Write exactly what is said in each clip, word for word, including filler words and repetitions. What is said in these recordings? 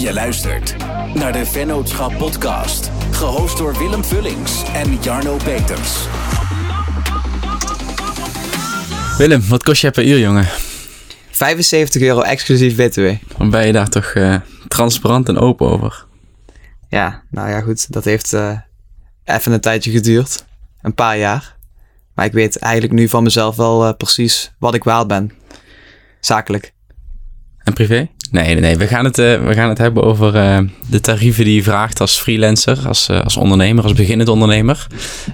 Je luistert naar de Vennootschap podcast, gehost door Willem Vullings en Jarno Peters. Willem, wat kost je per uur, jongen? vijfenzeventig euro exclusief B T W. Dan ben je daar toch uh, transparant en open over? Ja, nou ja goed, dat heeft uh, even een tijdje geduurd. Een paar jaar. Maar ik weet eigenlijk nu van mezelf wel uh, precies wat ik waard ben. Zakelijk. En privé? Nee, nee, nee. We gaan het, uh, we gaan het hebben over uh, de tarieven die je vraagt als freelancer, als, uh, als ondernemer, als beginnend ondernemer.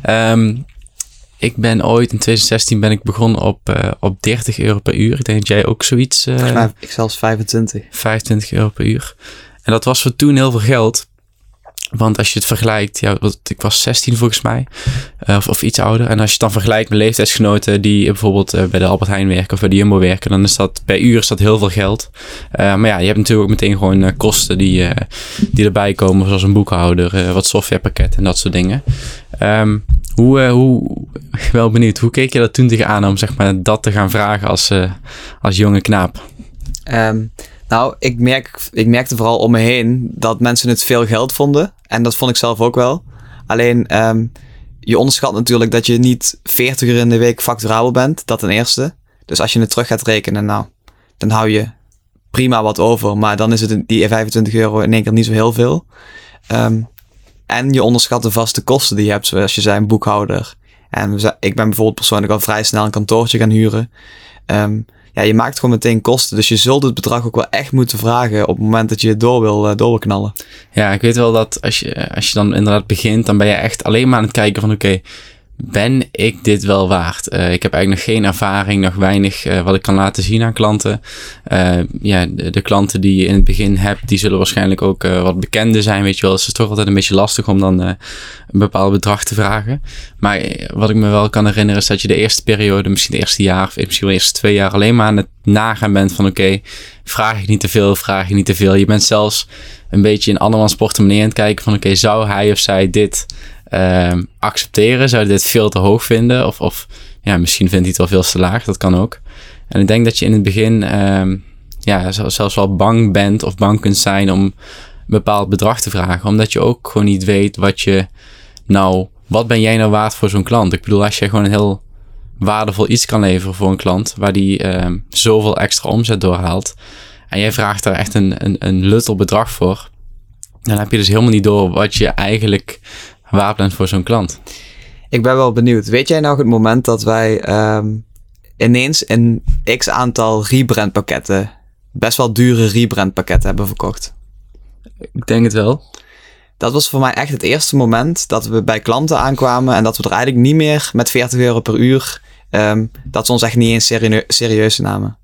Um, ik ben ooit in twintig zestien ben ik begonnen op, uh, op dertig euro per uur. Ik denk dat jij ook zoiets... Uh, Volgens mij ik zelfs vijfentwintig. vijfentwintig euro per uur. En dat was voor toen heel veel geld. Want als je het vergelijkt, ja, ik was zestien volgens mij, uh, of, of iets ouder. En als je het dan vergelijkt met leeftijdsgenoten die bijvoorbeeld uh, bij de Albert Heijn werken of bij de Jumbo werken, dan is dat per uur is dat heel veel geld. Uh, maar ja, je hebt natuurlijk ook meteen gewoon uh, kosten die, uh, die erbij komen, zoals een boekhouder, uh, wat softwarepakket en dat soort dingen. Um, hoe, uh, hoe, wel benieuwd, hoe keek je dat toen tegenaan om zeg maar dat te gaan vragen als, uh, als jonge knaap? Um, nou, ik, merk, ik merkte vooral om me heen dat mensen het veel geld vonden. En dat vond ik zelf ook wel. Alleen, um, je onderschat natuurlijk dat je niet veertig uur in de week facturabel bent. Dat ten eerste. Dus als je het terug gaat rekenen, nou, dan hou je prima wat over. Maar dan is het die vijfentwintig euro in één keer niet zo heel veel. Um, en je onderschat de vaste kosten die je hebt, zoals je zei, een boekhouder. En ik ben bijvoorbeeld persoonlijk al vrij snel een kantoortje gaan huren. Um, ja, je maakt gewoon meteen kosten. Dus je zult het bedrag ook wel echt moeten vragen op het moment dat je het door wil, uh, door wil knallen. Ja, ik weet wel dat als je, als je dan inderdaad begint, dan ben je echt alleen maar aan het kijken van oké, okay, ben ik dit wel waard? Uh, ik heb eigenlijk nog geen ervaring, nog weinig uh, wat ik kan laten zien aan klanten. Uh, ja, de, de klanten die je in het begin hebt, die zullen waarschijnlijk ook uh, wat bekender zijn, weet je wel. Dus het is toch altijd een beetje lastig om dan uh, een bepaald bedrag te vragen. Maar uh, wat ik me wel kan herinneren is dat je de eerste periode, misschien het eerste jaar, of misschien wel de eerste twee jaar alleen maar aan het nagaan bent van oké, okay, vraag ik niet te veel, vraag ik niet te veel. Je bent zelfs een beetje in andermans portemonnee aan het kijken van oké, okay, zou hij of zij dit Uh, accepteren? Zou je dit veel te hoog vinden? Of, of ja, misschien vindt hij het wel veel te laag. Dat kan ook. En ik denk dat je in het begin uh, ja, zelfs wel bang bent of bang kunt zijn om een bepaald bedrag te vragen. Omdat je ook gewoon niet weet wat je nou, wat ben jij nou waard voor zo'n klant? Ik bedoel, als je gewoon een heel waardevol iets kan leveren voor een klant, waar die uh, zoveel extra omzet doorhaalt, en jij vraagt daar echt een, een, een luttel bedrag voor, dan heb je dus helemaal niet door wat je eigenlijk waard bent voor zo'n klant. Ik ben wel benieuwd. Weet jij nou het moment dat wij um, ineens een x aantal rebrandpakketten, best wel dure rebrandpakketten hebben verkocht? Ik denk het wel. Dat was voor mij echt het eerste moment dat we bij klanten aankwamen en dat we er eigenlijk niet meer met veertig euro per uur, um, dat ze ons echt niet eens serie- serieus namen.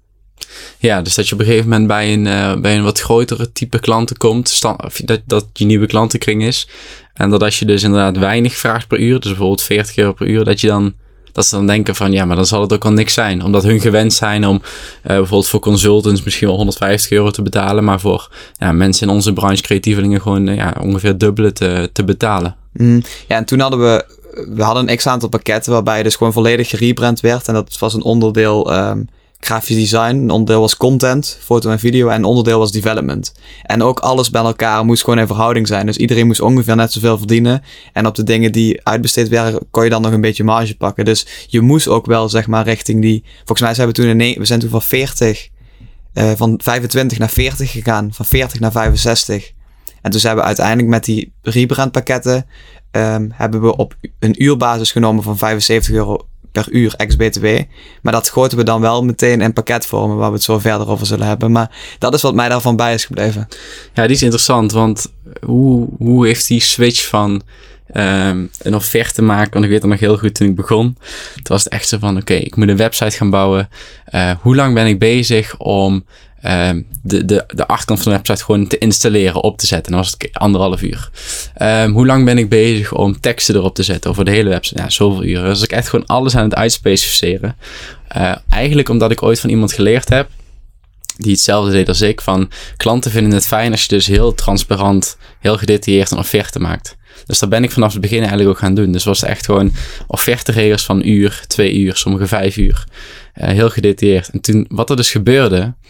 Ja, dus dat je op een gegeven moment bij een, uh, bij een wat grotere type klanten komt, stand, dat, dat je nieuwe klantenkring is. En dat als je dus inderdaad weinig vraagt per uur, dus bijvoorbeeld veertig euro per uur, dat je dan, dat ze dan denken van ja, maar dan zal het ook wel niks zijn. Omdat hun gewend zijn om uh, bijvoorbeeld voor consultants misschien wel honderdvijftig euro te betalen, maar voor ja, mensen in onze branche, creatievelingen, gewoon uh, ja, ongeveer dubbele te, te betalen. Mm, ja, en toen hadden we, we hadden een x-aantal pakketten waarbij dus gewoon volledig gerebrand werd. En dat was een onderdeel um, grafisch design, een onderdeel was content, foto en video en een onderdeel was development. En ook alles bij elkaar moest gewoon in verhouding zijn. Dus iedereen moest ongeveer net zoveel verdienen. En op de dingen die uitbesteed werden, kon je dan nog een beetje marge pakken. Dus je moest ook wel, zeg maar, richting die... Volgens mij zijn we toen, in, we zijn toen van veertig, uh, van vijfentwintig naar veertig gegaan, van veertig naar vijfenzestig. En toen zijn we uiteindelijk met die rebrandpakketten, um, hebben we op een uurbasis genomen van vijfenzeventig euro per uur ex-B T W. Maar dat goten we dan wel meteen in pakketvormen, waar we het zo verder over zullen hebben. Maar dat is wat mij daarvan bij is gebleven. Ja, die is interessant, want hoe, hoe heeft die switch van um, een offerte maken, want ik weet het nog heel goed toen ik begon. Toen was het echt zo van, oké, okay, ik moet een website gaan bouwen. Uh, hoe lang ben ik bezig om Um, de, de, de achterkant van de website gewoon te installeren, op te zetten. En dan was het anderhalf uur. Um, hoe lang ben ik bezig om teksten erop te zetten over de hele website? Ja, zoveel uren. Dus ik echt gewoon alles aan het uitspecificeren. Uh, eigenlijk omdat ik ooit van iemand geleerd heb die hetzelfde deed als ik, van klanten vinden het fijn als je dus heel transparant, heel gedetailleerd een offerte maakt. Dus dat ben ik vanaf het begin eigenlijk ook gaan doen. Dus was het echt gewoon offerteregels van een uur, twee uur, sommige vijf uur. Uh, heel gedetailleerd. En toen, wat er dus gebeurde,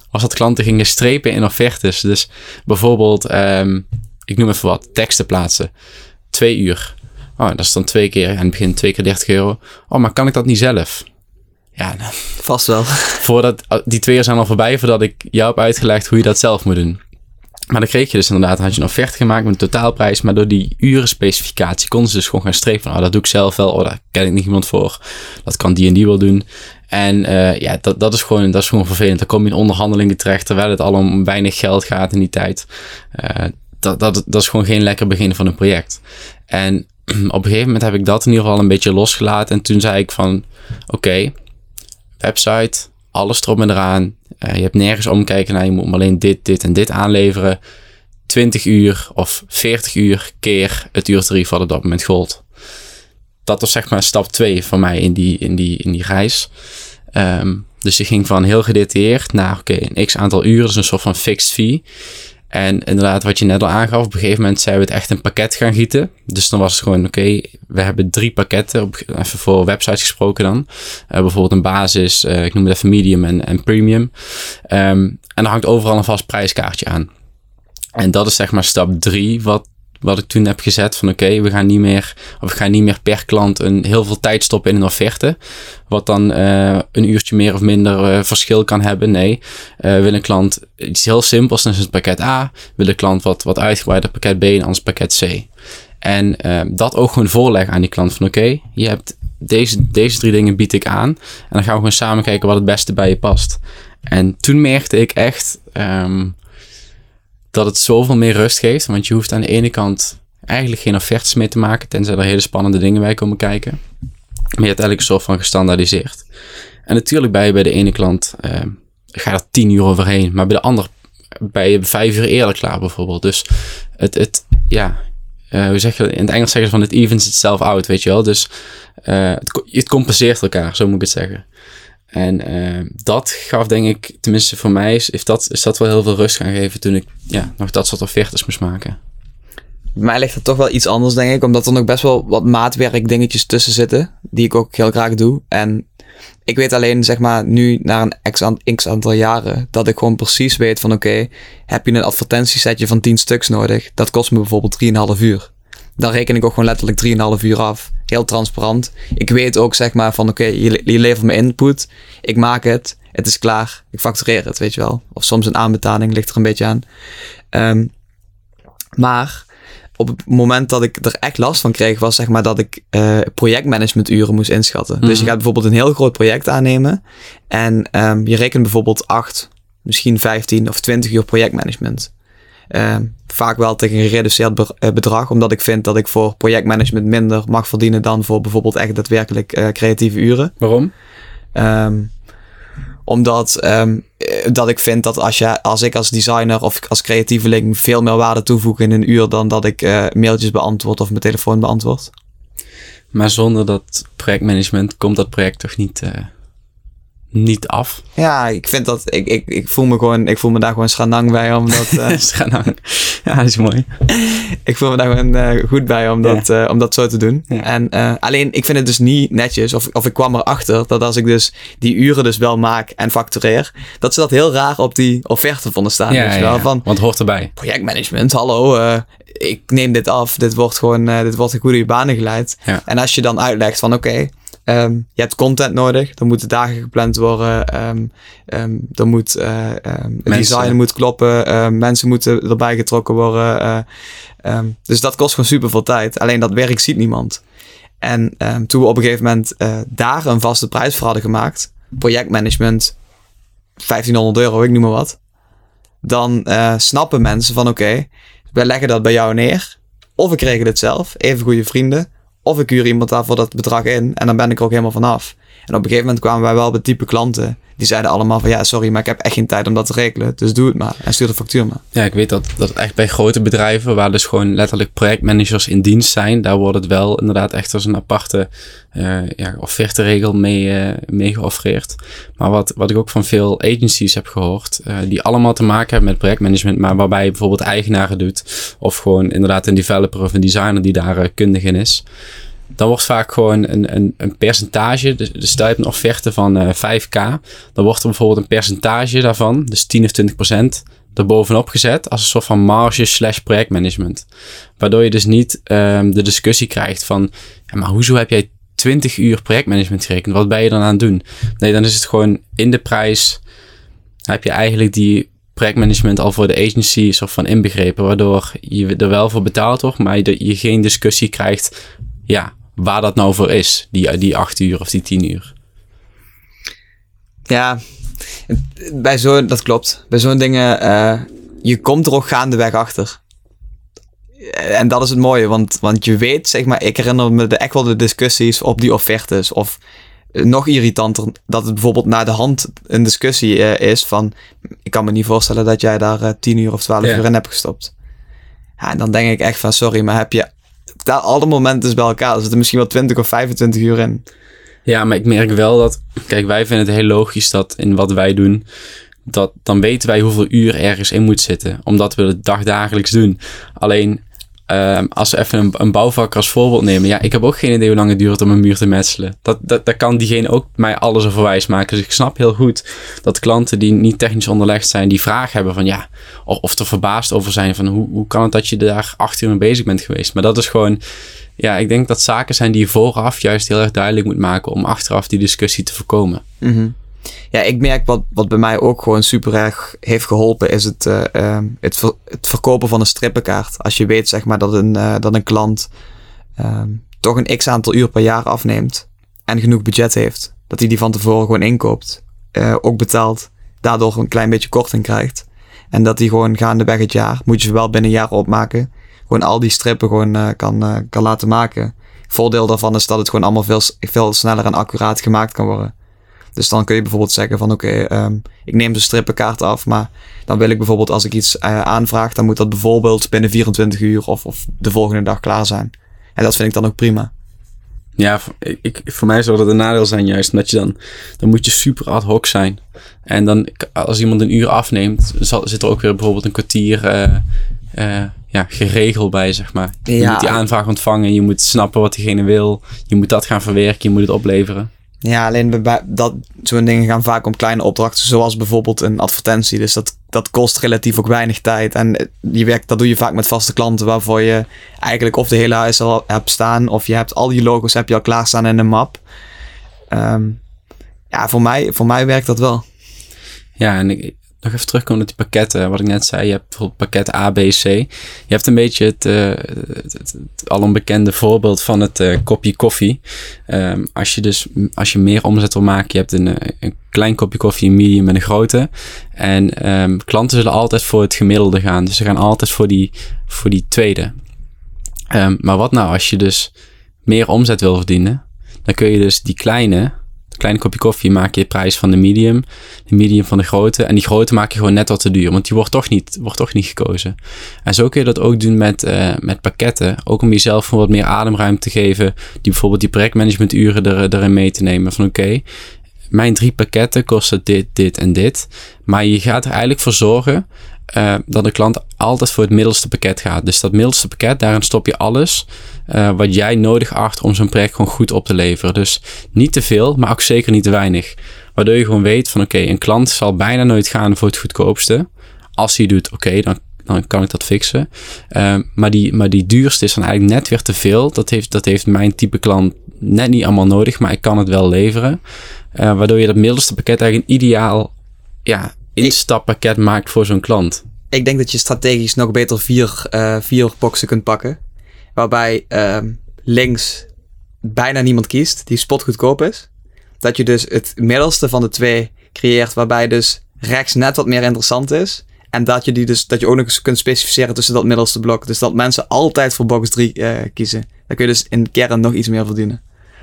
was dat klanten gingen strepen in offertes. Dus bijvoorbeeld, um, ik noem even wat, teksten plaatsen. Twee uur. Oh, dat is dan twee keer, aan het begin twee keer dertig euro. Oh, maar kan ik dat niet zelf? Ja, nou, vast wel. Voordat, die twee uur zijn al voorbij voordat ik jou heb uitgelegd hoe je dat zelf moet doen. Maar dan kreeg je dus inderdaad, had je een offerte gemaakt met een totaalprijs, maar door die urenspecificatie konden ze dus gewoon gaan strepen van, oh, dat doe ik zelf wel, oh, daar ken ik niet iemand voor, dat kan die en die wel doen. En uh, ja, dat, dat, is gewoon, dat is gewoon vervelend. Dan kom je in onderhandelingen terecht, terwijl het al om weinig geld gaat in die tijd. Uh, dat, dat, dat is gewoon geen lekker begin van een project. En op een gegeven moment heb ik dat in ieder geval een beetje losgelaten. En toen zei ik van, oké, okay, website, alles erop en eraan. Uh, je hebt nergens omkijken naar, je moet alleen dit, dit en dit aanleveren. twintig uur of veertig uur keer het uurtarief wat op dat moment gold. Dat was zeg maar stap twee van mij in die, in die, in die reis. Um, dus ik ging van heel gedetailleerd naar oké, okay, een x aantal uren, dus een soort van fixed fee. En inderdaad, wat je net al aangaf, op een gegeven moment zijn we het echt een pakket gaan gieten. Dus dan was het gewoon, oké, okay, we hebben drie pakketten, op, even voor websites gesproken dan. Uh, bijvoorbeeld een basis, uh, ik noem het even medium en, en premium. Um, en dan hangt overal een vast prijskaartje aan. En dat is zeg maar stap drie, wat, wat ik toen heb gezet van oké, okay, we gaan niet meer, of we gaan niet meer per klant een, heel veel tijd stoppen in een offerte. Wat dan uh, een uurtje meer of minder uh, verschil kan hebben. Nee, uh, wil een klant iets heel simpels, dan is het pakket A. Wil een klant wat, wat uitgebreider pakket B en anders pakket C. En uh, dat ook gewoon voorleggen aan die klant van oké, okay, je hebt deze, deze drie dingen bied ik aan. En dan gaan we gewoon samen kijken wat het beste bij je past. En toen merkte ik echt um, dat het zoveel meer rust geeft. Want je hoeft aan de ene kant eigenlijk geen offertes mee te maken, tenzij er hele spannende dingen bij komen kijken. Maar je hebt eigenlijk een soort van gestandaardiseerd. En natuurlijk ben je bij de ene klant, uh, ga je er tien uur overheen. Maar bij de ander ben je vijf uur eerder klaar bijvoorbeeld. Dus het, het ja, uh, hoe zeg je, in het Engels zeggen ze van het evens itself out, weet je wel. Dus uh, het, het compenseert elkaar, zo moet ik het zeggen. En uh, dat gaf denk ik, tenminste voor mij, is, is, dat, is dat wel heel veel rust gaan geven toen ik ja, nog dat soort offertes moest maken. Bij mij ligt het toch wel iets anders, denk ik. Omdat er nog best wel wat maatwerk dingetjes tussen zitten. Die ik ook heel graag doe. En ik weet alleen, zeg maar, nu na een x, aan, x aantal jaren, dat ik gewoon precies weet van oké, okay, heb je een advertentiesetje van tien stuks nodig. Dat kost me bijvoorbeeld drieënhalf uur. Dan reken ik ook gewoon letterlijk drieënhalf uur af. Heel transparant. Ik weet ook, zeg maar, van oké, okay, je, je levert me input. Ik maak het. Het is klaar. Ik factureer het, weet je wel. Of soms een aanbetaling, ligt er een beetje aan. Um, maar op het moment dat ik er echt last van kreeg, was zeg maar dat ik uh, projectmanagementuren moest inschatten. Mm-hmm. Dus je gaat bijvoorbeeld een heel groot project aannemen. En um, je rekent bijvoorbeeld acht, misschien vijftien of twintig uur projectmanagement. Uh, vaak wel tegen een gereduceerd bedrag, omdat ik vind dat ik voor projectmanagement minder mag verdienen dan voor bijvoorbeeld echt daadwerkelijk uh, creatieve uren. Waarom? Um, omdat um, dat ik vind dat als, je, als ik als designer of als creatieveling veel meer waarde toevoeg in een uur dan dat ik uh, mailtjes beantwoord of mijn telefoon beantwoord. Maar zonder dat projectmanagement komt dat project toch niet... Uh... niet af. Ja, ik vind dat, ik, ik, ik voel me gewoon, ik voel me daar gewoon schanang bij, omdat... Uh, schanang, ja, dat is mooi. Ik voel me daar gewoon uh, goed bij om dat, ja. uh, om dat zo te doen. Ja. En uh, alleen, ik vind het dus niet netjes, of, of ik kwam erachter dat als ik dus die uren dus wel maak en factureer, dat ze dat heel raar op die offerte vonden staan. Ja, dus ja, wel, ja. Van, want het hoort erbij. Projectmanagement, hallo, uh, ik neem dit af, dit wordt gewoon, uh, dit wordt een goede banen geleid. Ja. En als je dan uitlegt van oké, okay, Um, je hebt content nodig, er moeten dagen gepland worden, um, um, er moet, uh, um, het design moet kloppen, uh, mensen moeten erbij getrokken worden. Uh, um, dus dat kost gewoon super veel tijd. Alleen dat werk ziet niemand. En um, toen we op een gegeven moment uh, daar een vaste prijs voor hadden gemaakt, projectmanagement, vijftienhonderd euro, ik noem maar wat, dan uh, snappen mensen van oké, okay, wij leggen dat bij jou neer, of ik regel het zelf, even goede vrienden, of ik huur iemand daar voor dat bedrag in. En dan ben ik er ook helemaal vanaf. En op een gegeven moment kwamen wij wel bij type klanten. Die zeiden allemaal van ja, sorry, maar ik heb echt geen tijd om dat te regelen. Dus doe het maar. En stuur de factuur maar. Ja, ik weet dat, dat echt bij grote bedrijven, waar dus gewoon letterlijk projectmanagers in dienst zijn, daar wordt het wel inderdaad echt als een aparte uh, ja, offerteregel mee, uh, mee geoffreerd. Maar wat, wat ik ook van veel agencies heb gehoord, uh, die allemaal te maken hebben met projectmanagement, maar waarbij je bijvoorbeeld eigenaren doet, of gewoon inderdaad een developer of een designer die daar uh, kundig in is. dan wordt vaak gewoon een, een, een percentage, dus, dus stel je hebt een offerte van uh, vijf k, dan wordt er bijvoorbeeld een percentage daarvan, dus tien of twintig procent, erbovenop gezet als een soort van marge slash projectmanagement. Waardoor je dus niet um, de discussie krijgt van, ja, maar hoezo heb jij twintig uur projectmanagement gerekend? Wat ben je dan aan het doen? Nee, dan is het gewoon in de prijs, heb je eigenlijk die projectmanagement al voor de agency soort van inbegrepen, waardoor je er wel voor betaald wordt, maar je, je geen discussie krijgt, ja, waar dat nou voor is, die, die acht uur of die tien uur. Ja, bij zo'n, dat klopt. Bij zo'n dingen, uh, je komt er ook gaandeweg achter. En dat is het mooie, want, want je weet, zeg maar, ik herinner me de, echt wel de discussies op die offertes. Of uh, nog irritanter, dat het bijvoorbeeld na de hand een discussie uh, is van, ik kan me niet voorstellen dat jij daar uh, tien uur of twaalf ja. uur in hebt gestopt. Ja, en dan denk ik echt van, sorry, maar heb je daar al de momenten bij elkaar, er zitten misschien wel twintig of vijfentwintig uur in. Ja, maar ik merk wel dat, kijk, wij vinden het heel logisch dat in wat wij doen, dat dan weten wij hoeveel uur ergens in moet zitten, omdat we het dagdagelijks doen. Alleen, uh, als we even een, een bouwvakker als voorbeeld nemen, ja, ik heb ook geen idee hoe lang het duurt om een muur te metselen. Dat, dat, dat kan diegene ook mij alles over wijs maken. Dus ik snap heel goed dat klanten die niet technisch onderlegd zijn, die vraag hebben van, ja, of, of er verbaasd over zijn van, hoe, hoe kan het dat je daar acht uur mee bezig bent geweest? Maar dat is gewoon, ja, ik denk dat zaken zijn die je vooraf juist heel erg duidelijk moet maken om achteraf die discussie te voorkomen. Mm-hmm. Ja, ik merk wat, wat bij mij ook gewoon super erg heeft geholpen, is het, uh, uh, het, ver, het verkopen van een strippenkaart. Als je weet, zeg maar, dat een, uh, dat een klant uh, toch een x aantal uur per jaar afneemt en genoeg budget heeft, dat hij die van tevoren gewoon inkoopt, uh, ook betaalt, daardoor een klein beetje korting krijgt. En dat hij gewoon gaandeweg het jaar, moet je ze wel binnen een jaar opmaken, gewoon al die strippen gewoon uh, kan, uh, kan laten maken. Voordeel daarvan is dat het gewoon allemaal veel, veel sneller en accuraat gemaakt kan worden. Dus dan kun je bijvoorbeeld zeggen van oké, okay, um, ik neem de strippenkaart af, maar dan wil ik bijvoorbeeld als ik iets uh, aanvraag, dan moet dat bijvoorbeeld binnen vierentwintig uur of, of de volgende dag klaar zijn. En dat vind ik dan ook prima. Ja, ik, voor mij zou dat een nadeel zijn juist, omdat je dan, dan moet je super ad hoc zijn. En dan, als iemand een uur afneemt, zal, zit er ook weer bijvoorbeeld een kwartier uh, uh, ja, geregeld bij, zeg maar. Je ja. moet die aanvraag ontvangen, je moet snappen wat diegene wil, je moet dat gaan verwerken, je moet het opleveren. Ja, alleen bij dat zo'n dingen gaan vaak om kleine opdrachten, zoals bijvoorbeeld een advertentie. Dus dat, dat kost relatief ook weinig tijd. En je werkt, dat doe je vaak met vaste klanten, waarvoor je eigenlijk of de hele huis al hebt staan, of je hebt al die logo's heb je al klaarstaan in een map. Um, ja, voor mij, voor mij werkt dat wel. Ja, en ik, nog even terugkomen op die pakketten, wat ik net zei. Je hebt bijvoorbeeld pakket A, B, C. Je hebt een beetje het, uh, het, het, het al onbekende voorbeeld van het uh, kopje koffie. Um, als je dus als je meer omzet wil maken, je hebt een, een klein kopje koffie, een medium en een grote. En um, klanten zullen altijd voor het gemiddelde gaan. Dus ze gaan altijd voor die, voor die tweede. Um, maar wat nou als je dus meer omzet wil verdienen? Dan kun je dus die kleine... kleine kopje koffie maak je de prijs van de medium, de medium van de grote. En die grote maak je gewoon net wat te duur, want die wordt toch niet, wordt toch niet gekozen. En zo kun je dat ook doen met, uh, met pakketten. Ook om jezelf wat meer ademruimte te geven, die bijvoorbeeld die projectmanagementuren er, erin mee te nemen. Van oké, okay, mijn drie pakketten kosten dit, dit en dit. Maar je gaat er eigenlijk voor zorgen uh, dat de klant altijd voor het middelste pakket gaat. Dus dat middelste pakket, daarin stop je alles uh, wat jij nodig acht om zo'n project gewoon goed op te leveren. Dus niet te veel, maar ook zeker niet te weinig. Waardoor je gewoon weet van oké, okay, een klant zal bijna nooit gaan voor het goedkoopste. Als hij doet, oké, okay, dan, dan kan ik dat fixen. Uh, maar, die, maar die duurste is dan eigenlijk net weer te veel. Dat heeft, dat heeft mijn type klant net niet allemaal nodig, maar ik kan het wel leveren. Uh, waardoor je dat middelste pakket eigenlijk een ideaal ja, instappakket maakt voor zo'n klant. Ik denk dat je strategisch nog beter vier, uh, vier boxen kunt pakken. Waarbij uh, links bijna niemand kiest, die spotgoedkoop is. Dat je dus het middelste van de twee creëert, waarbij dus rechts net wat meer interessant is. En dat je, die dus, dat je ook nog eens kunt specificeren tussen dat middelste blok. Dus dat mensen altijd voor box drie uh, kiezen. Dan kun je dus in de kern nog iets meer verdienen.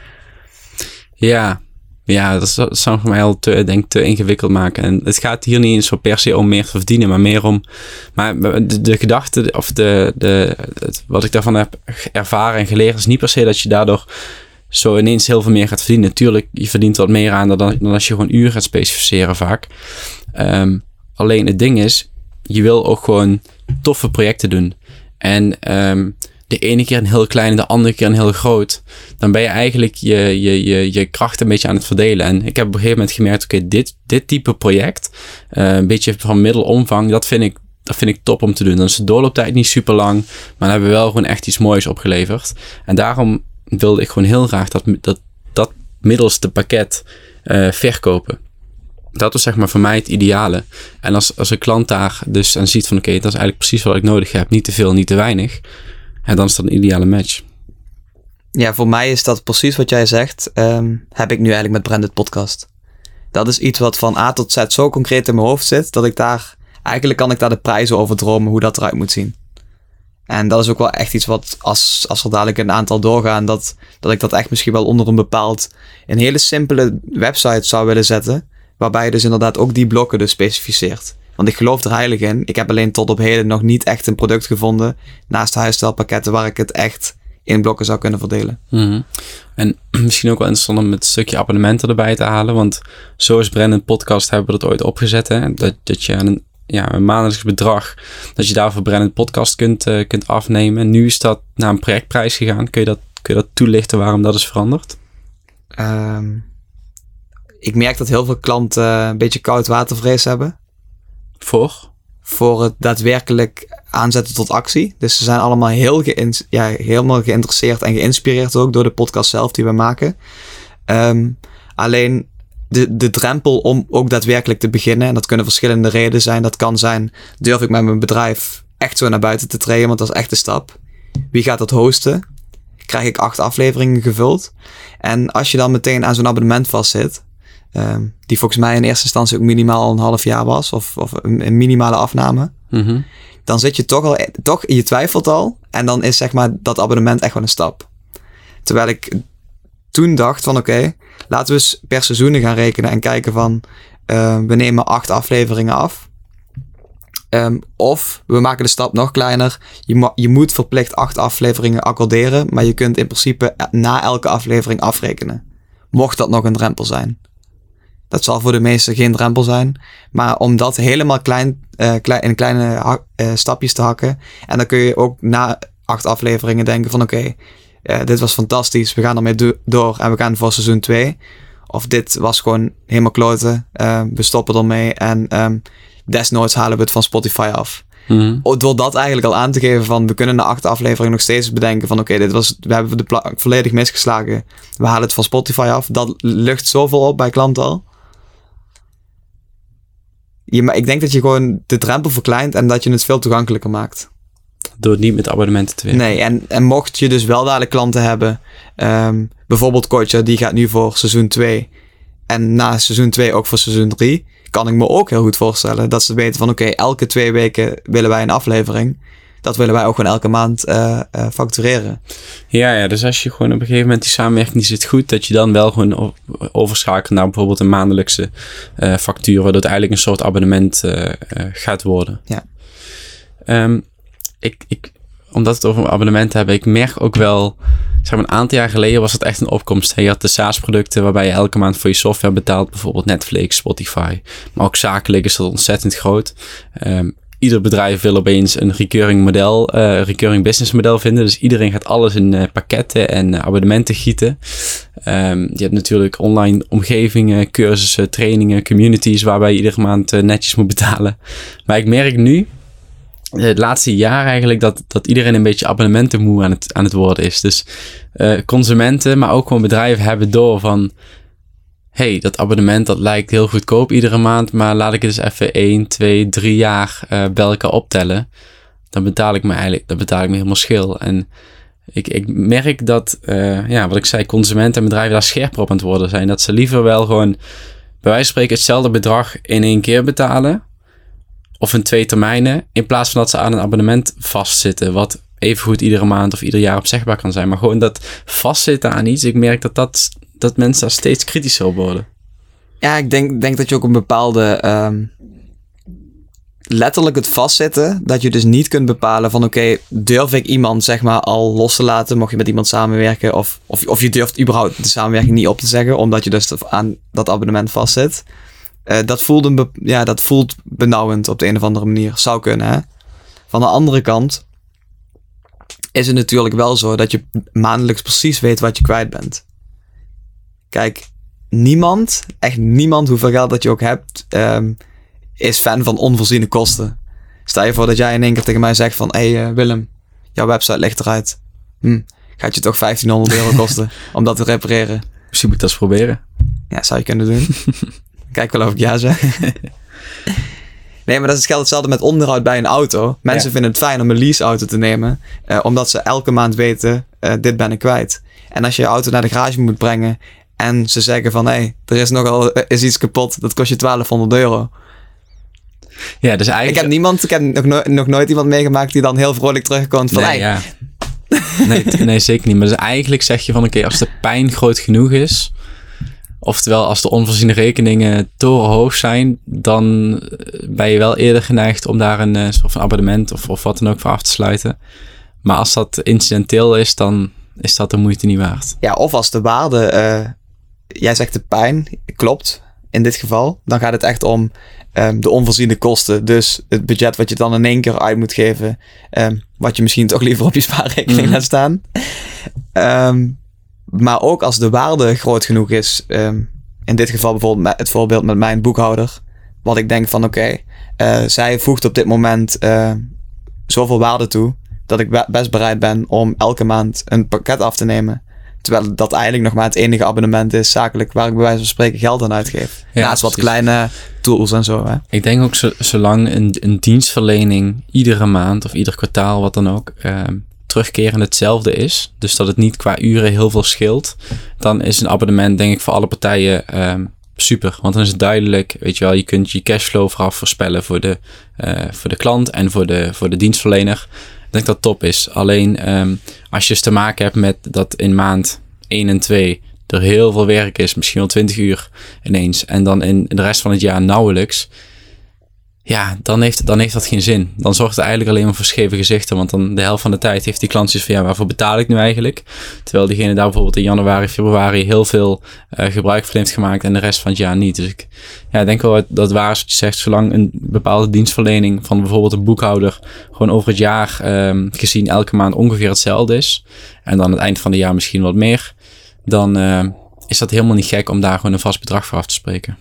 Ja, ja, dat zou, dat zou voor mij al te, denk, te ingewikkeld maken. En het gaat hier niet zo per se om meer te verdienen, maar meer om... Maar de, de gedachte, of de, de, het, wat ik daarvan heb ervaren en geleerd, is niet per se dat je daardoor zo ineens heel veel meer gaat verdienen. Tuurlijk, je verdient wat meer aan dan, dan als je gewoon uren gaat specificeren vaak. Um, alleen het ding is, je wil ook gewoon toffe projecten doen. En um, de ene keer een heel klein en de andere keer een heel groot, dan ben je eigenlijk je, je, je, je kracht een beetje aan het verdelen. En ik heb op een gegeven moment gemerkt, oké, okay, dit, dit type project, uh, een beetje van middelomvang, dat vind ik Dat vind ik top om te doen. Dan is de doorlooptijd niet super lang, maar dan hebben we wel gewoon echt iets moois opgeleverd. En daarom wilde ik gewoon heel graag dat, dat, dat middelste pakket uh, verkopen. Dat was zeg maar voor mij het ideale. En als, als een klant daar dus aan ziet van oké, okay, dat is eigenlijk precies wat ik nodig heb. Niet te veel, niet te weinig. En dan is dat een ideale match. Ja, voor mij is dat precies wat jij zegt. Um, heb ik nu eigenlijk met Branded Podcast. Dat is iets wat van A tot Z zo concreet in mijn hoofd zit, dat ik daar... Eigenlijk kan ik daar de prijzen over dromen, hoe dat eruit moet zien. En dat is ook wel echt iets wat, als, als er dadelijk een aantal doorgaan, dat, dat ik dat echt misschien wel onder een bepaald, een hele simpele website zou willen zetten, waarbij je dus inderdaad ook die blokken dus specificeert. Want ik geloof er heilig in. Ik heb alleen tot op heden nog niet echt een product gevonden, naast huisstijlpakketten, waar ik het echt in blokken zou kunnen verdelen. Mm-hmm. En misschien ook wel interessant om het stukje abonnementen erbij te halen, want zo is Branded Podcast, hebben we dat ooit opgezet, hè? Dat, dat je aan een Ja, een maandelijks bedrag dat je daarvoor Branded Podcast kunt, uh, kunt afnemen. Nu is dat naar een projectprijs gegaan. Kun je dat, kun je dat toelichten waarom dat is veranderd? Um, ik merk dat heel veel klanten uh, een beetje koudwatervrees hebben. Voor? Voor het daadwerkelijk aanzetten tot actie. Dus ze zijn allemaal heel geïn- ja, helemaal geïnteresseerd en geïnspireerd ook door de podcast zelf die we maken. Um, alleen... De, de drempel om ook daadwerkelijk te beginnen, en dat kunnen verschillende redenen zijn. Dat kan zijn, durf ik met mijn bedrijf echt zo naar buiten te treden, want dat is echt de stap. Wie gaat dat hosten? Krijg ik acht afleveringen gevuld? En als je dan meteen aan zo'n abonnement vastzit, um, die volgens mij in eerste instantie ook minimaal een half jaar was, of, of een, een minimale afname, mm-hmm. dan zit je toch al, toch, je twijfelt al, en dan is zeg maar dat abonnement echt wel een stap. Terwijl ik toen dacht van oké, okay, laten we eens per seizoenen gaan rekenen en kijken van uh, we nemen acht afleveringen af. Um, of we maken de stap nog kleiner. Je, mo- je moet verplicht acht afleveringen accorderen, maar je kunt in principe na elke aflevering afrekenen. Mocht dat nog een drempel zijn. Dat zal voor de meesten geen drempel zijn. Maar om dat helemaal klein, uh, klein, in kleine ha- uh, stapjes te hakken. En dan kun je ook na acht afleveringen denken van oké, okay, Uh, dit was fantastisch, we gaan ermee do- door en we gaan voor seizoen twee. Of dit was gewoon helemaal kloten, uh, we stoppen ermee en um, desnoods halen we het van Spotify af. Mm-hmm. Door dat eigenlijk al aan te geven van, we kunnen na acht afleveringen nog steeds bedenken van oké, okay, dit was, we hebben de plank volledig misgeslagen, we halen het van Spotify af. Dat lucht zoveel op bij klanten al. Je, maar ik denk dat je gewoon de drempel verkleint en dat je het veel toegankelijker maakt. Door het niet met abonnementen te werken. Nee, en, en mocht je dus wel dadelijk klanten hebben, um, bijvoorbeeld Koitje, die gaat nu voor seizoen twee en na seizoen twee ook voor seizoen drie, kan ik me ook heel goed voorstellen dat ze weten van oké, okay, elke twee weken willen wij een aflevering. Dat willen wij ook gewoon elke maand uh, uh, factureren. Ja, ja, dus als je gewoon op een gegeven moment die samenwerking die zit goed, dat je dan wel gewoon overschakelt naar bijvoorbeeld een maandelijkse uh, factuur, waardoor het eigenlijk een soort abonnement uh, uh, gaat worden. Ja. Um, Ik, ik, omdat we het over abonnementen hebben, ik merk ook wel, zeg maar een aantal jaar geleden was het echt een opkomst. Je had de SaaS-producten waarbij je elke maand voor je software betaalt, bijvoorbeeld Netflix, Spotify. Maar ook zakelijk is dat ontzettend groot. Um, ieder bedrijf wil opeens een recurring model, uh, recurring business model vinden. Dus iedereen gaat alles in uh, pakketten en uh, abonnementen gieten. Um, je hebt natuurlijk online omgevingen, cursussen, trainingen, communities waarbij je iedere maand uh, netjes moet betalen. Maar ik merk nu, het laatste jaar eigenlijk, dat, dat iedereen een beetje abonnementenmoe aan het, aan het worden is. Dus uh, consumenten, maar ook gewoon bedrijven hebben door van, hey, dat abonnement dat lijkt heel goedkoop iedere maand, maar laat ik het eens even één, twee, drie jaar uh, bij elkaar optellen. Dan betaal ik me eigenlijk, dan betaal ik me helemaal schil. En ik, ik merk dat, uh, ja, wat ik zei, consumenten en bedrijven daar scherper op aan het worden zijn. Dat ze liever wel gewoon, bij wijze van spreken, hetzelfde bedrag in één keer betalen. Of in twee termijnen, in plaats van dat ze aan een abonnement vastzitten, wat evengoed iedere maand of ieder jaar opzegbaar kan zijn. Maar gewoon dat vastzitten aan iets, ik merk dat, dat, dat mensen daar steeds kritischer op worden. Ja, ik denk, denk dat je ook een bepaalde, um, letterlijk het vastzitten, dat je dus niet kunt bepalen van oké, okay, durf ik iemand zeg maar al los te laten, mocht je met iemand samenwerken, of, of, of je durft überhaupt de samenwerking niet op te zeggen, omdat je dus aan dat abonnement vastzit. Uh, dat, voelt een be- ja, dat voelt benauwend op de een of andere manier. Zou kunnen, hè. Van de andere kant, is het natuurlijk wel zo dat je maandelijks precies weet wat je kwijt bent. Kijk, niemand, echt niemand, hoeveel geld dat je ook hebt, um, is fan van onvoorziene kosten. Stel je voor dat jij in één keer tegen mij zegt van, hé hey, uh, Willem, jouw website ligt eruit. Hm, gaat je toch vijftienhonderd euro kosten om dat te repareren? Misschien moet ik dat eens proberen. Ja, zou je kunnen doen. Kijk wel of ik ja zeg. Nee, maar dat is hetzelfde met onderhoud bij een auto. Mensen ja. vinden het fijn om een leaseauto te nemen. Uh, omdat ze elke maand weten, uh, dit ben ik kwijt. En als je je auto naar de garage moet brengen en ze zeggen van, hé, hey, er is nogal uh, is iets kapot. Dat kost je twaalfhonderd euro. Ja, dus eigenlijk... Ik heb niemand, ik heb nog, no- nog nooit iemand meegemaakt die dan heel vrolijk terugkomt van, nee, hey. Ja. nee, nee, zeker niet. Maar dus eigenlijk zeg je van, oké, okay, als de pijn groot genoeg is, oftewel als de onvoorziene rekeningen torenhoog zijn, dan ben je wel eerder geneigd om daar een uh, soort van abonnement of, of wat dan ook voor af te sluiten. Maar als dat incidenteel is, dan is dat de moeite niet waard. Ja, of als de waarde, uh, jij zegt de pijn, klopt in dit geval, dan gaat het echt om um, de onvoorziene kosten. Dus het budget wat je dan in één keer uit moet geven, um, wat je misschien toch liever op je spaarrekening mm-hmm. laat staan. Um, maar ook als de waarde groot genoeg is, um, in dit geval bijvoorbeeld met het voorbeeld met mijn boekhouder, wat ik denk van oké, okay, uh, zij voegt op dit moment uh, zoveel waarde toe, dat ik best bereid ben om elke maand een pakket af te nemen. Terwijl dat eigenlijk nog maar het enige abonnement is zakelijk waar ik bij wijze van spreken geld aan uitgeef. Ja, naast wat precies. Kleine tools en zo. Hè. Ik denk ook zo, zolang een, een dienstverlening iedere maand of ieder kwartaal, wat dan ook, uh, terugkerend hetzelfde is. Dus dat het niet qua uren heel veel scheelt. Dan is een abonnement denk ik voor alle partijen um, super. Want dan is het duidelijk, weet je wel, je kunt je cashflow vooraf voorspellen voor de, uh, voor de klant en voor de, voor de dienstverlener. Ik denk dat top is. Alleen um, als je dus te maken hebt met dat in maand één en twee er heel veel werk is, misschien wel twintig uur ineens, en dan in de rest van het jaar nauwelijks, ja, dan heeft, dan heeft dat geen zin. Dan zorgt het eigenlijk alleen maar voor scheve gezichten, want dan de helft van de tijd heeft die klant zoiets van, ja, waarvoor betaal ik nu eigenlijk? Terwijl diegene daar bijvoorbeeld in januari, februari heel veel uh, gebruik van heeft gemaakt en de rest van het jaar niet. Dus ik ja, denk wel dat het waar is wat je zegt, zolang een bepaalde dienstverlening van bijvoorbeeld een boekhouder gewoon over het jaar um, gezien elke maand ongeveer hetzelfde is, en dan het eind van het jaar misschien wat meer, dan uh, is dat helemaal niet gek om daar gewoon een vast bedrag voor af te spreken.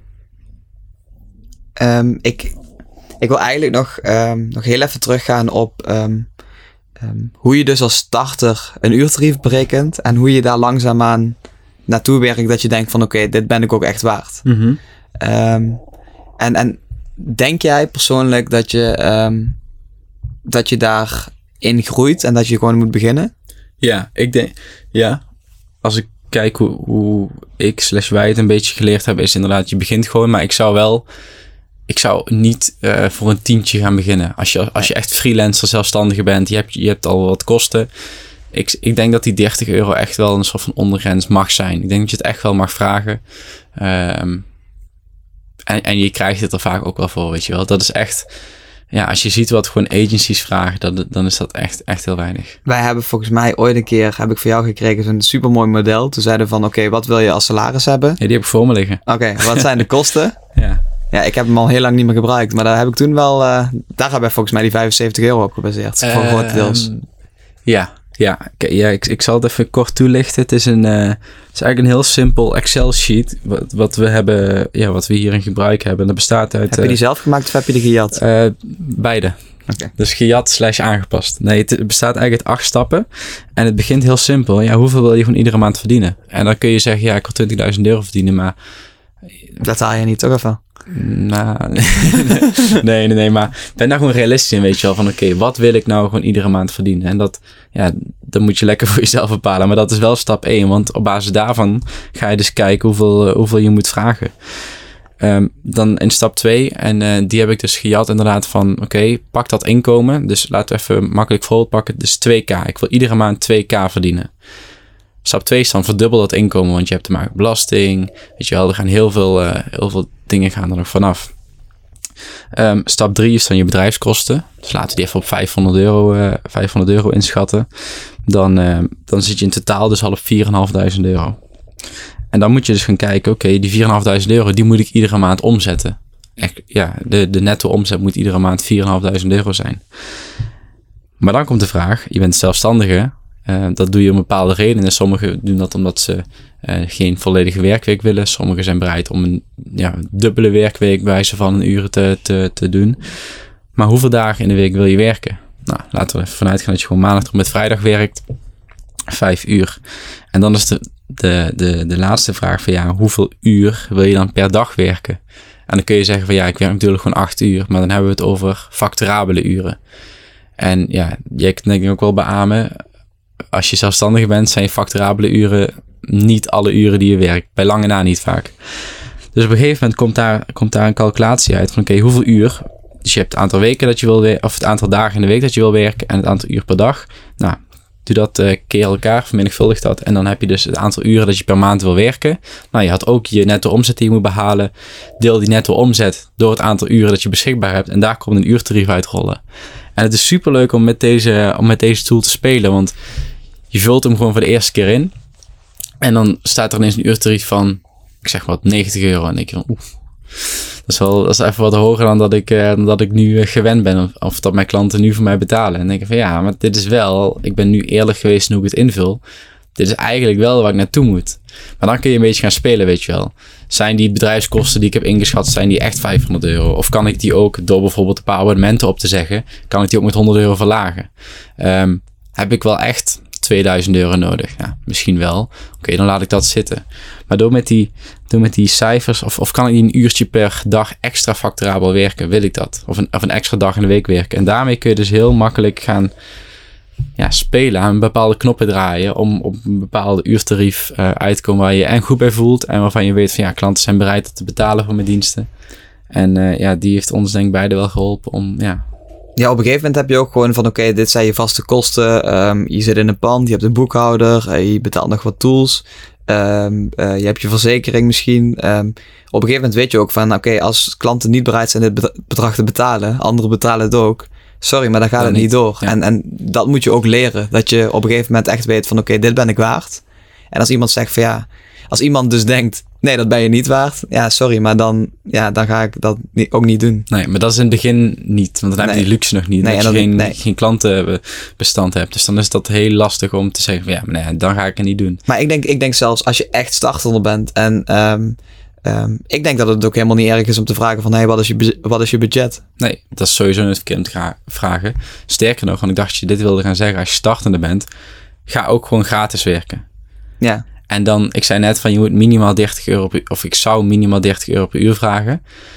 Um, ik, ik wil eigenlijk nog, um, nog heel even teruggaan op um, um, hoe je dus als starter een uurtarief berekent en hoe je daar langzaamaan naartoe werkt dat je denkt van oké, okay, dit ben ik ook echt waard. Mm-hmm. Um, en, en denk jij persoonlijk dat je, um, dat je daarin groeit en dat je gewoon moet beginnen? Ja, ik denk, ja, als ik kijk hoe, hoe ik slash wij het een beetje geleerd hebben, is inderdaad, je begint gewoon, maar ik zou wel... Ik zou niet uh, voor een tientje gaan beginnen. Als je, als je echt freelancer, zelfstandige bent, je hebt, je hebt al wat kosten. Ik, ik denk dat die dertig euro echt wel een soort van ondergrens mag zijn. Ik denk dat je het echt wel mag vragen. Um, en, en je krijgt het er vaak ook wel voor, weet je wel. Dat is echt... Ja, als je ziet wat gewoon agencies vragen, dan, dan is dat echt, echt heel weinig. Wij hebben volgens mij ooit een keer, heb ik voor jou gekregen, zo'n supermooi model. Toen zeiden we van, oké, okay, wat wil je als salaris hebben? Ja, die heb ik voor me liggen. Oké, okay, wat zijn de kosten? Ja. Ja, ik heb hem al heel lang niet meer gebruikt. Maar daar heb ik toen wel... Uh, daar hebben we volgens mij die vijfenzeventig euro op gebaseerd. Uh, voor grote deels. Ja, ja, ja ik, ik zal het even kort toelichten. Het is, een, uh, het is eigenlijk een heel simpel Excel sheet. Wat, wat we hebben, ja, wat we hier in gebruik hebben. Dat bestaat uit... Heb je die uh, zelf gemaakt of heb je die gejat? Uh, beide. Okay. Dus gejat slash aangepast. Nee, het bestaat eigenlijk uit acht stappen. En het begint heel simpel. Ja, hoeveel wil je gewoon iedere maand verdienen? En dan kun je zeggen, ja, ik wil twintigduizend euro verdienen, maar... Dat haal je niet, toch even? Nou, nee, nee, nee, maar ben daar gewoon realistisch in, weet je wel. Van oké, okay, wat wil ik nou gewoon iedere maand verdienen? En dat, ja, dat moet je lekker voor jezelf bepalen. Maar dat is wel stap één, want op basis daarvan ga je dus kijken hoeveel, uh, hoeveel je moet vragen. Um, dan in stap twee, en uh, die heb ik dus gejat inderdaad van, oké, okay, pak dat inkomen. Dus laten we even makkelijk voorbeeld pakken. Dus twee k. Ik wil iedere maand twee k verdienen. Stap twee is dan verdubbel dat inkomen, want je hebt te maken met belasting. Weet je wel, er gaan heel veel, uh, heel veel dingen gaan er nog vanaf. Um, stap drie is dan je bedrijfskosten. Dus laten we die even op vijfhonderd euro, uh, vijfhonderd euro inschatten. Dan, uh, dan zit je in totaal dus al op vier en vijfduizend euro. En dan moet je dus gaan kijken, oké, okay, die vier en vijfduizend euro, die moet ik iedere maand omzetten. Echt, ja, de, de netto omzet moet iedere maand vier en vijfduizend euro zijn. Maar dan komt de vraag, je bent zelfstandige. Uh, dat doe je om bepaalde redenen. Sommigen doen dat omdat ze uh, geen volledige werkweek willen. Sommigen zijn bereid om een ja, dubbele werkweek bij wijze van een uren te, te, te doen. Maar hoeveel dagen in de week wil je werken? Nou, laten we er even vanuit gaan dat je gewoon maandag tot met vrijdag werkt. Vijf uur. En dan is de, de, de, de laatste vraag van ja, hoeveel uur wil je dan per dag werken? En dan kun je zeggen van ja, ik werk natuurlijk gewoon acht uur. Maar dan hebben we het over facturabele uren. En ja, jij kunt denk ik ook wel beamen. Als je zelfstandige bent, zijn je facturabele uren niet alle uren die je werkt. Bij lange na niet vaak. Dus op een gegeven moment komt daar, komt daar een calculatie uit van oké, okay, hoeveel uur? Dus je hebt het aantal weken dat je wil werken, of het aantal dagen in de week dat je wil werken en het aantal uur per dag. Nou, doe dat uh, keer elkaar, vermenigvuldig dat. En dan heb je dus het aantal uren dat je per maand wil werken. Nou, je had ook je netto omzet die je moet behalen. Deel die netto omzet door het aantal uren dat je beschikbaar hebt. En daar komt een uurtarief uitrollen. En het is super leuk om met deze, om met deze tool te spelen, want je vult hem gewoon voor de eerste keer in. En dan staat er ineens een uurtarief van, ik zeg wat, negentig euro. En ik denk, oeh, dat is wel, dat is even wat hoger dan dat ik, uh, dan dat ik nu uh, gewend ben. Of, of dat mijn klanten nu voor mij betalen. En dan denk ik van ja, maar dit is wel, ik ben nu eerlijk geweest in hoe ik het invul. Dit is eigenlijk wel waar ik naartoe moet. Maar dan kun je een beetje gaan spelen, weet je wel. Zijn die bedrijfskosten die ik heb ingeschat, zijn die echt vijfhonderd euro? Of kan ik die ook, door bijvoorbeeld een paar abonnementen op te zeggen, kan ik die ook met honderd euro verlagen? Um, heb ik wel echt tweeduizend euro nodig? Ja, misschien wel. Oké, okay, dan laat ik dat zitten. Maar door met die, door met die cijfers, of, of kan ik die een uurtje per dag extra facturabel werken? Wil ik dat? Of een, of een extra dag in de week werken? En daarmee kun je dus heel makkelijk gaan ja, spelen, aan bepaalde knoppen draaien om op een bepaalde uurtarief uh, uit te komen waar je en goed bij voelt en waarvan je weet van ja, klanten zijn bereid om te betalen voor mijn diensten. En uh, ja, die heeft ons denk ik beide wel geholpen om, ja... Ja, op een gegeven moment heb je ook gewoon van oké, okay, dit zijn je vaste kosten. Um, je zit in een pand, je hebt een boekhouder, uh, je betaalt nog wat tools. Um, uh, je hebt je verzekering misschien. Um, op een gegeven moment weet je ook van oké, okay, als klanten niet bereid zijn dit bedrag te betalen, anderen betalen het ook. Sorry, maar dan gaat dat het niet, niet door. Ja. En, en dat moet je ook leren. Dat je op een gegeven moment echt weet van oké, okay, dit ben ik waard. En als iemand zegt van ja, als iemand dus denkt, nee, dat ben je niet waard. Ja, sorry, maar dan, ja, dan ga ik dat niet, ook niet doen. Nee, maar dat is in het begin niet. Want dan heb je nee. die luxe nog niet. Nee, dat je dan, geen, nee. geen klantenbestand hebt. Dus dan is dat heel lastig om te zeggen van ja, maar nee, dan ga ik het niet doen. Maar ik denk, ik denk zelfs als je echt startender bent en um, um, ik denk dat het ook helemaal niet erg is om te vragen van hey, wat is je, wat is je budget? Nee, dat is sowieso niet verkeerd om te gaan vragen. Sterker nog, want ik dacht dat je dit wilde gaan zeggen als je startende bent, ga ook gewoon gratis werken. Ja. En dan, ik zei net van je moet minimaal dertig euro per uur, of ik zou minimaal dertig euro per uur vragen.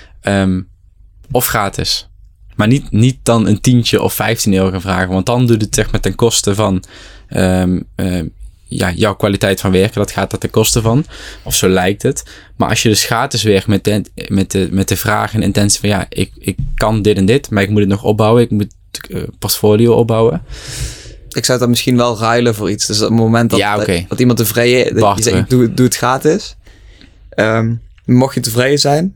Um, of gratis. Maar niet, niet dan een tientje of vijftien euro gaan vragen, want dan doet het zeg maar ten koste van um, um, ja, jouw kwaliteit van werken. Dat gaat er ten koste van. Of zo lijkt het. Maar als je dus gratis werkt met de, met de, met de vraag en intentie van ja, ik, ik kan dit en dit, maar ik moet het nog opbouwen. Ik moet uh, portfolio opbouwen. Ik zou dat misschien wel ruilen voor iets. Dus op het moment dat, ja, okay. dat, dat iemand tevreden is, dat je zegt, doe, doe het gratis. Um, mocht je tevreden zijn,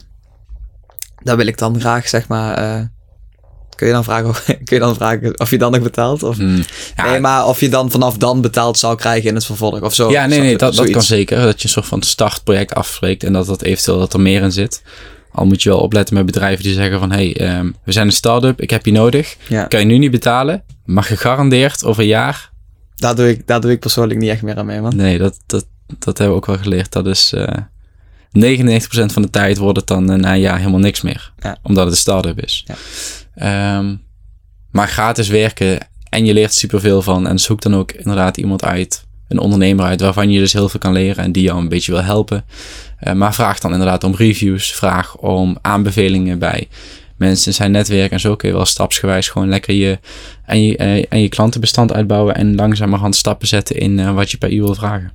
dan wil ik dan graag, zeg maar, uh, kun je dan vragen of, kun je dan vragen of je dan nog betaalt? Of, hmm, ja, nee, maar of je dan vanaf dan betaald zou krijgen in het vervolg of zo. Ja, nee, nee, dat, zo dat kan zeker. Dat je een soort van startproject afspreekt en dat dat eventueel dat er meer in zit. Al moet je wel opletten met bedrijven die zeggen van hey, um, we zijn een start-up, ik heb je nodig. Ja. Kan je nu niet betalen, maar gegarandeerd over een jaar. Daar doe ik, daar doe ik persoonlijk niet echt meer aan mee, man. Nee, dat, dat, dat hebben we ook wel geleerd. Dat is uh, negenennegentig procent van de tijd wordt het dan uh, na een jaar helemaal niks meer. Ja. Omdat het een start-up is. Ja. Um, maar gratis werken en je leert superveel van. En zoek dan ook inderdaad iemand uit, een ondernemer uit, waarvan je dus heel veel kan leren en die jou een beetje wil helpen. Uh, maar vraag dan inderdaad om reviews. Vraag om aanbevelingen bij mensen in zijn netwerk. En zo kun je wel stapsgewijs gewoon lekker je en je, uh, en je klantenbestand uitbouwen. En langzamerhand stappen zetten in uh, wat je per uur wil vragen.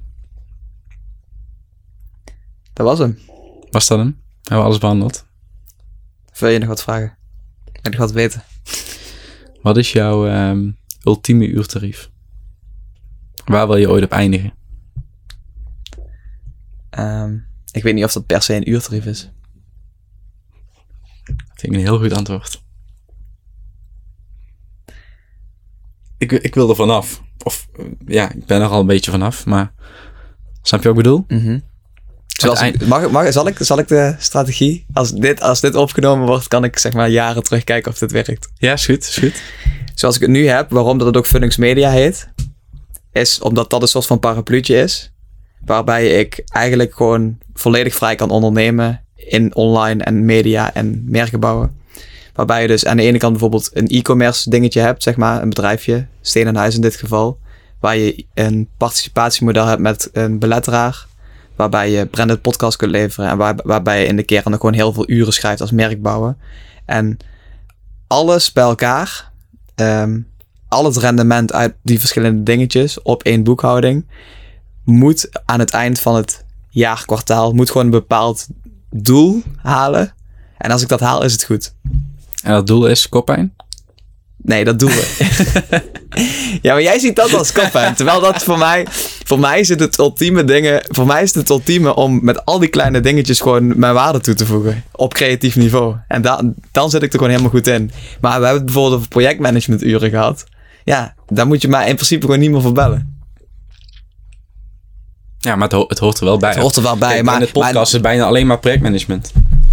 Dat was hem. Was dat hem? Hebben we alles behandeld? Wil je nog wat vragen? Wil je nog wat weten? Wat is jouw um, ultieme uurtarief? Waar wil je ooit op eindigen? Um, ik weet niet of dat per se een uurtarief is. Dat vind ik een heel goed antwoord. Ik, ik wil er vanaf. Of ja, ik ben er al een beetje vanaf, maar snap je wat ik bedoel? Mm-hmm. Zoals ik, mag, mag, zal, ik, zal ik de strategie, als dit, als dit opgenomen wordt, kan ik zeg maar jaren terugkijken of dit werkt. Ja, is goed, is goed. zoals ik het nu heb, waarom dat het ook Vullings Media heet, is omdat dat een soort van parapluutje is, waarbij ik eigenlijk gewoon volledig vrij kan ondernemen in online en media en merken bouwen. Waarbij je dus aan de ene kant bijvoorbeeld een e-commerce dingetje hebt, zeg maar, een bedrijfje, Steen en Huis in dit geval, waar je een participatiemodel hebt met een beletteraar, waarbij je branded podcast kunt leveren en waar, waarbij je in de kern nog gewoon heel veel uren schrijft als merkbouwer. En alles bij elkaar, um, al het rendement uit die verschillende dingetjes op één boekhouding, moet aan het eind van het jaar, kwartaal, moet gewoon een bepaald doel halen. En als ik dat haal, is het goed. En dat doel is koppijn? Nee, dat doen we. Ja, maar jij ziet dat als koppijn. Terwijl dat voor mij, voor mij is het het ultieme dingen. Voor mij is het het ultieme om met al die kleine dingetjes gewoon mijn waarde toe te voegen. Op creatief niveau. En da- dan zit ik er gewoon helemaal goed in. Maar we hebben het bijvoorbeeld over projectmanagementuren gehad. Ja, daar moet je mij in principe gewoon niet meer voor bellen. Ja, maar het, ho- het hoort er wel bij. Het hoort er wel bij. Kijk, maar in het podcast maar, is bijna alleen maar projectmanagement.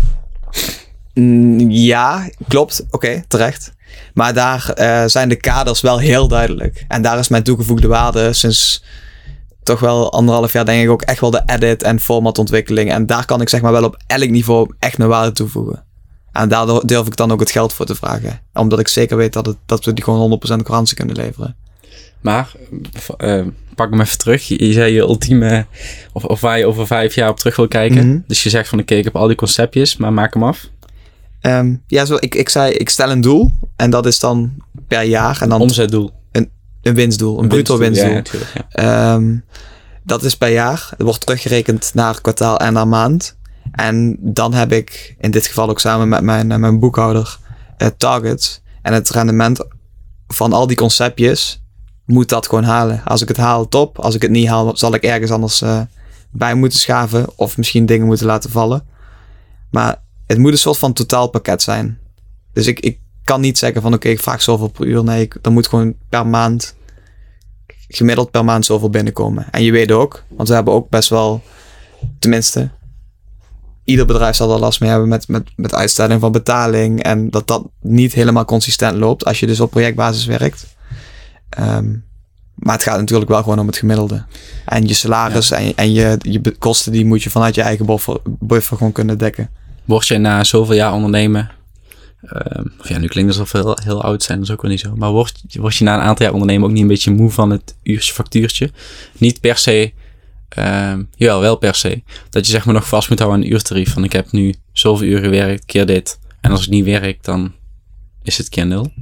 Mm, ja, klopt. Oké, okay, terecht. Maar daar uh, zijn de kaders wel heel duidelijk. En daar is mijn toegevoegde waarde sinds toch wel anderhalf jaar denk ik ook echt wel de edit en formatontwikkeling. En daar kan ik zeg maar wel op elk niveau echt mijn waarde toevoegen. En daar durf ik dan ook het geld voor te vragen. Omdat ik zeker weet dat, het, dat we die gewoon honderd procent garantie kunnen leveren. Maar, uh, pak hem even terug. Je, je zei je ultieme, of, of waar je over vijf jaar op terug wil kijken. Mm-hmm. Dus je zegt van oké, okay, ik heb al die conceptjes, maar maak hem af. Um, ja, zo, ik, ik zei, ik stel een doel. En dat is dan per jaar. En dan omzetdoel. Een, een winstdoel. Een, een bruto winstdoel. winstdoel. Ja, natuurlijk, ja. Um, dat is per jaar. Het wordt teruggerekend naar kwartaal en naar maand. En dan heb ik in dit geval ook samen met mijn, mijn boekhouder uh, targets. En het rendement van al die conceptjes moet dat gewoon halen. Als ik het haal, top. Als ik het niet haal, zal ik ergens anders uh, bij moeten schaven. Of misschien dingen moeten laten vallen. Maar het moet een soort van totaalpakket zijn. Dus ik, ik kan niet zeggen van oké, okay, ik vraag zoveel per uur. Nee, ik, dan moet gewoon per maand, gemiddeld per maand zoveel binnenkomen. En je weet ook, want we hebben ook best wel, tenminste, ieder bedrijf zal er last mee hebben met, met, met uitstelling van betaling. En dat dat niet helemaal consistent loopt als je dus op projectbasis werkt. Um, maar het gaat natuurlijk wel gewoon om het gemiddelde. En je salaris ja. en, en je, je kosten, die moet je vanuit je eigen buffer, buffer gewoon kunnen dekken. Word je na zoveel jaar ondernemen, uh, of ja, nu klinkt het alsof we heel, heel oud zijn, dat is ook wel niet zo. Maar word, word je na een aantal jaar ondernemen ook niet een beetje moe van het uurtje factuurtje? Niet per se, uh, jawel, wel per se. Dat je zeg maar nog vast moet houden aan een uurtarief. Van ik heb nu zoveel uur gewerkt, keer dit. En als ik niet werk, dan is het keer nul.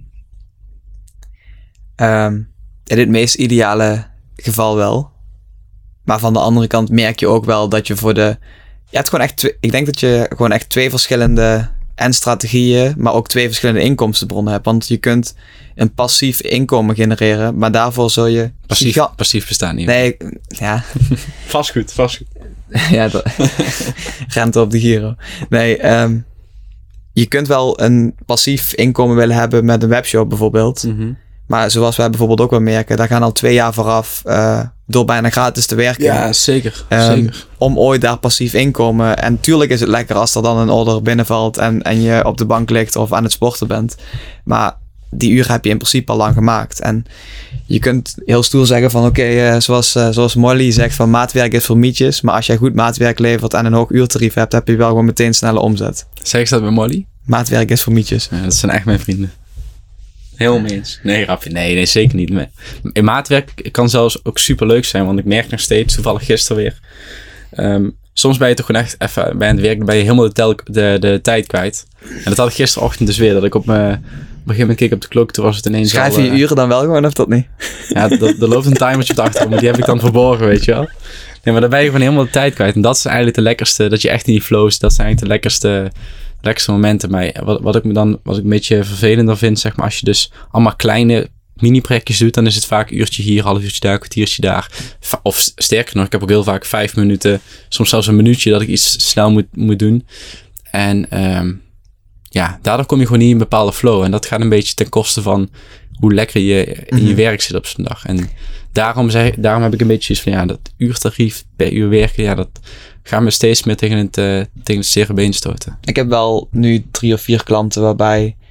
Um, in het meest ideale geval wel. Maar van de andere kant merk je ook wel dat je voor de... Ja, het gewoon echt twee, ik denk dat je gewoon echt twee verschillende en strategieën, maar ook twee verschillende inkomstenbronnen hebt. Want je kunt een passief inkomen genereren, maar daarvoor zul je... Passief, giga- passief bestaat niet. Nee, ja. Vastgoed, vastgoed. Ja, dat, rente op de Giro. Nee, um, je kunt wel een passief inkomen willen hebben met een webshop bijvoorbeeld. Mm-hmm. Maar zoals wij bijvoorbeeld ook wel merken, daar gaan al twee jaar vooraf uh, door bijna gratis te werken. Ja, zeker. Um, zeker. Om ooit daar passief inkomen. En tuurlijk is het lekker als er dan een order binnenvalt en, en je op de bank ligt of aan het sporten bent. Maar die uren heb je in principe al lang gemaakt. En je kunt heel stoer zeggen van oké, okay, uh, zoals, uh, zoals Molly zegt van maatwerk is voor mietjes. Maar als jij goed maatwerk levert en een hoog uurtarief hebt, heb je wel gewoon meteen snelle omzet. Zeg je dat bij Molly? Maatwerk is voor mietjes. Ja, dat zijn echt mijn vrienden. Heel mee eens. Nee, grapje. Nee, nee, zeker niet. In maatwerk kan zelfs ook super leuk zijn, want ik merk nog steeds, toevallig gisteren weer. Um, soms ben je toch gewoon echt even bij het werk, dan ben je helemaal de, tel, de, de tijd kwijt. En dat had ik gisterochtend dus weer, dat ik op mijn, op een gegeven moment keek op de klok, toen was het ineens Schrijf al, je je uh, uren dan wel gewoon of dat niet? Ja, er loopt een timertje op de achtergrond, maar die heb ik dan verborgen, weet je wel. Nee, maar dan ben je gewoon helemaal de tijd kwijt. En dat is eigenlijk de lekkerste, dat je echt in die flow zit, dat zijn eigenlijk de lekkerste... lekkerste momenten. Maar wat, wat ik me dan, wat ik een beetje vervelender vind, zeg maar, als je dus allemaal kleine mini-projectjes doet, dan is het vaak een uurtje hier, half uurtje daar, een kwartiertje daar. Of sterker nog, ik heb ook heel vaak vijf minuten, soms zelfs een minuutje dat ik iets snel moet, moet doen. En um, ja, daardoor kom je gewoon niet in een bepaalde flow. En dat gaat een beetje ten koste van hoe lekker je in je mm-hmm. werk zit op zo'n dag. En daarom, zeg, daarom heb ik een beetje zoiets van, ja, dat uurtarief per uur werken, ja, dat gaan we steeds meer tegen het, uh, tegen het zere been stoten. Ik heb wel nu drie of vier klanten waarbij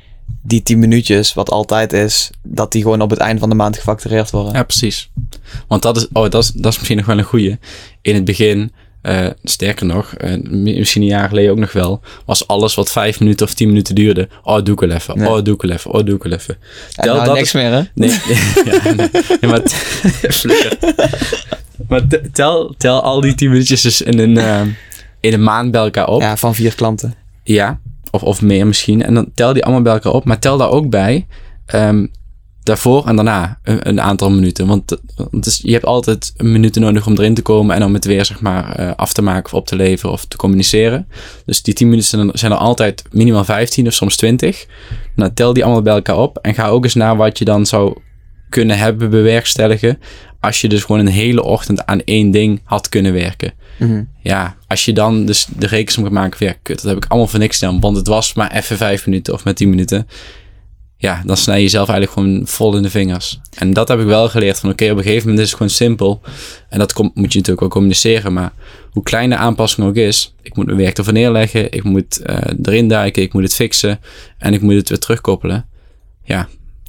die tien minuutjes, wat altijd is, dat die gewoon op het einde van de maand gefactureerd worden. Ja, precies. Want dat is, oh, dat is, dat is misschien nog wel een goeie. In het begin, uh, sterker nog, uh, misschien een jaar geleden ook nog wel, was alles wat vijf minuten of tien minuten duurde. Oh, doe ik wel even. Nee. Oh, doe ik wel even. Oh, doe ik wel even. Ja, nou, dat niks meer, hè? Nee, ja, nee. nee maar, maar tel, tel al die tien minuutjes dus in een, uh, in een maand bij elkaar op. Ja, van vier klanten. Ja, of, of meer misschien. En dan tel die allemaal bij elkaar op. Maar tel daar ook bij, um, daarvoor en daarna een, een aantal minuten. Want, want dus je hebt altijd een minuut nodig om erin te komen en om het weer zeg maar uh, af te maken of op te leveren of te communiceren. Dus die tien minuten zijn er, zijn er altijd minimaal vijftien of soms twintig. Nou, tel die allemaal bij elkaar op en ga ook eens naar wat je dan zou kunnen hebben bewerkstelligen als je dus gewoon een hele ochtend aan één ding had kunnen werken. Mm-hmm. Ja, als je dan dus de rekensom gaat maken van ja, kut, dat heb ik allemaal voor niks gedaan, want het was maar even vijf minuten of maar tien minuten. Ja, dan snij je jezelf eigenlijk gewoon vol in de vingers. En dat heb ik wel geleerd van oké, okay, op een gegeven moment is het gewoon simpel. En dat kom, moet je natuurlijk ook communiceren, maar hoe klein de aanpassing ook is, ik moet mijn werk ervoor neerleggen, ik moet uh, erin duiken, ik moet het fixen en ik moet het weer terugkoppelen. Ja,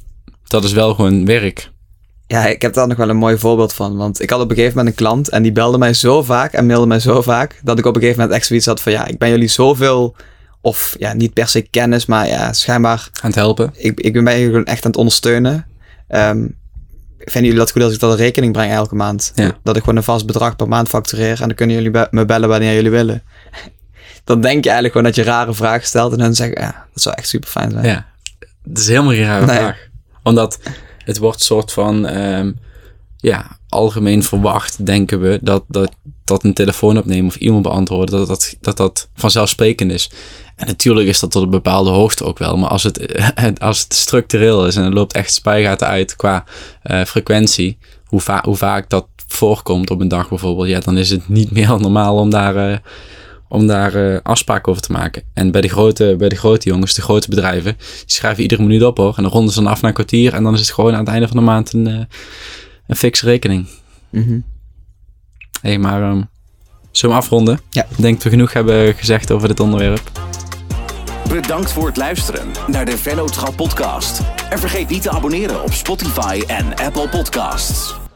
dat is wel gewoon werk. Ja, ik heb daar nog wel een mooi voorbeeld van. Want ik had op een gegeven moment een klant en die belde mij zo vaak en mailde mij zo vaak, dat ik op een gegeven moment echt zoiets had van ja, ik ben jullie zoveel, of ja, niet per se kennis, maar ja, schijnbaar Aan het helpen. Ik, ik ben bij jullie gewoon echt aan het ondersteunen. Um, vinden jullie dat goed als ik dat een rekening breng elke maand? Ja. Dat ik gewoon een vast bedrag per maand factureer en dan kunnen jullie be- me bellen wanneer jullie willen. Dan denk je eigenlijk gewoon dat je rare vragen stelt en dan zeg ik, ja, dat zou echt super fijn zijn. Ja, dat is helemaal geen rare Nee. vraag. Omdat het wordt een soort van, um, ja, algemeen verwacht, denken we, dat, dat, dat een telefoon opnemen of e-mail beantwoorden, dat dat, dat dat vanzelfsprekend is. En natuurlijk is dat tot een bepaalde hoogte ook wel, maar als het, als het structureel is en er loopt echt spuigaten uit qua uh, frequentie, hoe, va- hoe vaak dat voorkomt op een dag bijvoorbeeld, ja, dan is het niet meer normaal om daar, uh, om daar uh, afspraken over te maken. En bij de grote, bij de grote jongens, de grote bedrijven, die schrijven iedere minuut op hoor, en dan ronden ze dan af naar een kwartier en dan is het gewoon aan het einde van de maand een, uh, een fixe rekening. Mm-hmm. Hé, hey, maar um, zullen we afronden? Ja. Ik denk dat we genoeg hebben gezegd over dit onderwerp. Bedankt voor het luisteren naar de Vennootschap podcast. En vergeet niet te abonneren op Spotify en Apple Podcasts.